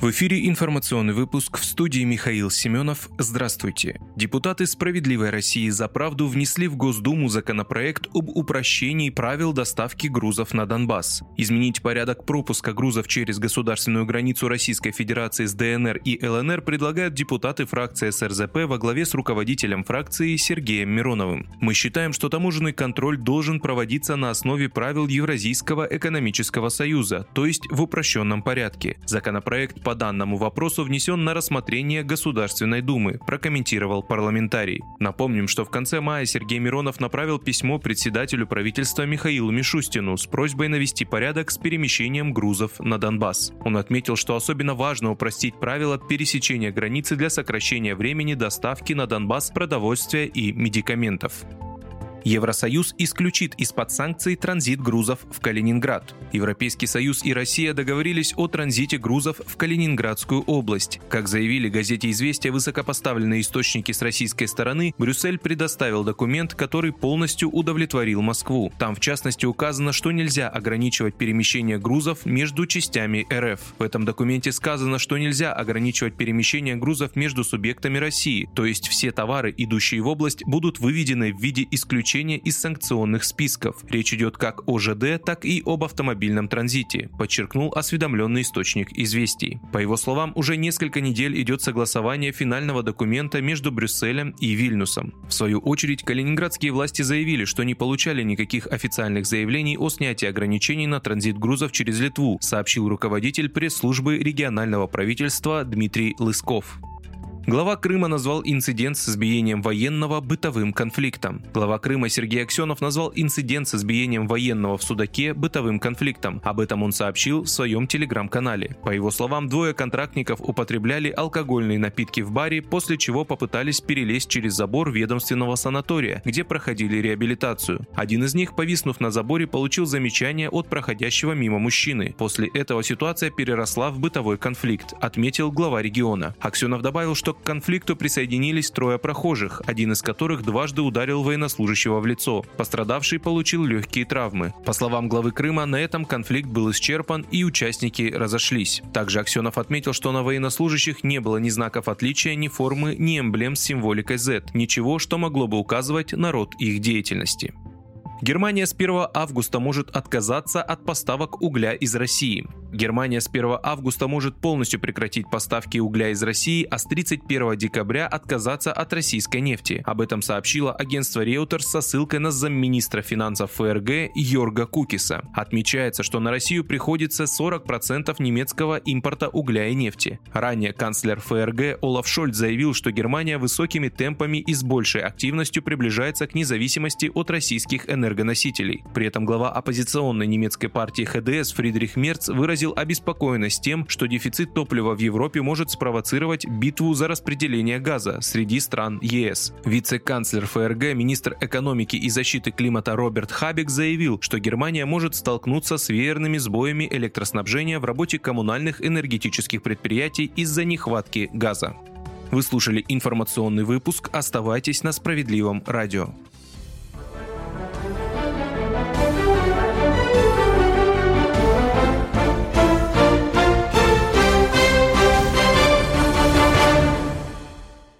В эфире информационный выпуск, в студии Михаил Семенов. Здравствуйте. Депутаты «Справедливой России за правду» внесли в Госдуму законопроект об упрощении правил доставки грузов на Донбасс. Изменить порядок пропуска грузов через государственную границу Российской Федерации с ДНР и ЛНР предлагают депутаты фракции СРЗП во главе с руководителем фракции Сергеем Мироновым. Мы считаем, что таможенный контроль должен проводиться на основе правил Евразийского экономического союза, то есть в упрощенном порядке. Законопроект по данному вопросу внесен на рассмотрение Государственной Думы, прокомментировал парламентарий. Напомним, что в конце мая Сергей Миронов направил письмо председателю правительства Михаилу Мишустину с просьбой навести порядок с перемещением грузов на Донбасс. Он отметил, что особенно важно упростить правила пересечения границы для сокращения времени доставки на Донбасс продовольствия и медикаментов. Евросоюз исключит из-под санкций транзит грузов в Калининград. Европейский Союз и Россия договорились о транзите грузов в Калининградскую область. Как заявили газете «Известия» высокопоставленные источники с российской стороны, Брюссель предоставил документ, который полностью удовлетворил Москву. Там, в частности, указано, что нельзя ограничивать перемещение грузов между частями РФ. В этом документе сказано, что нельзя ограничивать перемещение грузов между субъектами России, то есть все товары, идущие в область, будут выведены в виде исключения из санкционных списков. Речь идет как о ЖД, так и об автомобильном транзите, подчеркнул осведомленный источник «Известий». По его словам, уже несколько недель идет согласование финального документа между Брюсселем и Вильнюсом. В свою очередь, калининградские власти заявили, что не получали никаких официальных заявлений о снятии ограничений на транзит грузов через Литву, сообщил руководитель пресс-службы регионального правительства Дмитрий Лысков. Глава Крыма назвал инцидент с избиением военного бытовым конфликтом. Глава Крыма Сергей Аксенов назвал инцидент с избиением военного в Судаке бытовым конфликтом. Об этом он сообщил в своем телеграм-канале. По его словам, двое контрактников употребляли алкогольные напитки в баре, после чего попытались перелезть через забор ведомственного санатория, где проходили реабилитацию. Один из них, повиснув на заборе, получил замечание от проходящего мимо мужчины. После этого ситуация переросла в бытовой конфликт, отметил глава региона. Аксенов добавил, что к конфликту присоединились трое прохожих, один из которых дважды ударил военнослужащего в лицо. Пострадавший получил легкие травмы. По словам главы Крыма, на этом конфликт был исчерпан и участники разошлись. Также Аксенов отметил, что на военнослужащих не было ни знаков отличия, ни формы, ни эмблем с символикой Z, ничего, что могло бы указывать на род их деятельности. Германия с 1 августа может отказаться от поставок угля из России. Германия с 1 августа может полностью прекратить поставки угля из России, а с 31 декабря отказаться от российской нефти. Об этом сообщило агентство Reuters со ссылкой на замминистра финансов ФРГ Йорга Кукиса. Отмечается, что на Россию приходится 40% немецкого импорта угля и нефти. Ранее канцлер ФРГ Олаф Шольц заявил, что Германия высокими темпами и с большей активностью приближается к независимости от российских энергоносителей. При этом глава оппозиционной немецкой партии ХДС Фридрих Мерц выразил обеспокоенность тем, что дефицит топлива в Европе может спровоцировать битву за распределение газа среди стран ЕС. Вице-канцлер ФРГ, министр экономики и защиты климата Роберт Хабек заявил, что Германия может столкнуться с веерными сбоями электроснабжения в работе коммунальных энергетических предприятий из-за нехватки газа. Вы слушали информационный выпуск. Оставайтесь на Справедливом радио.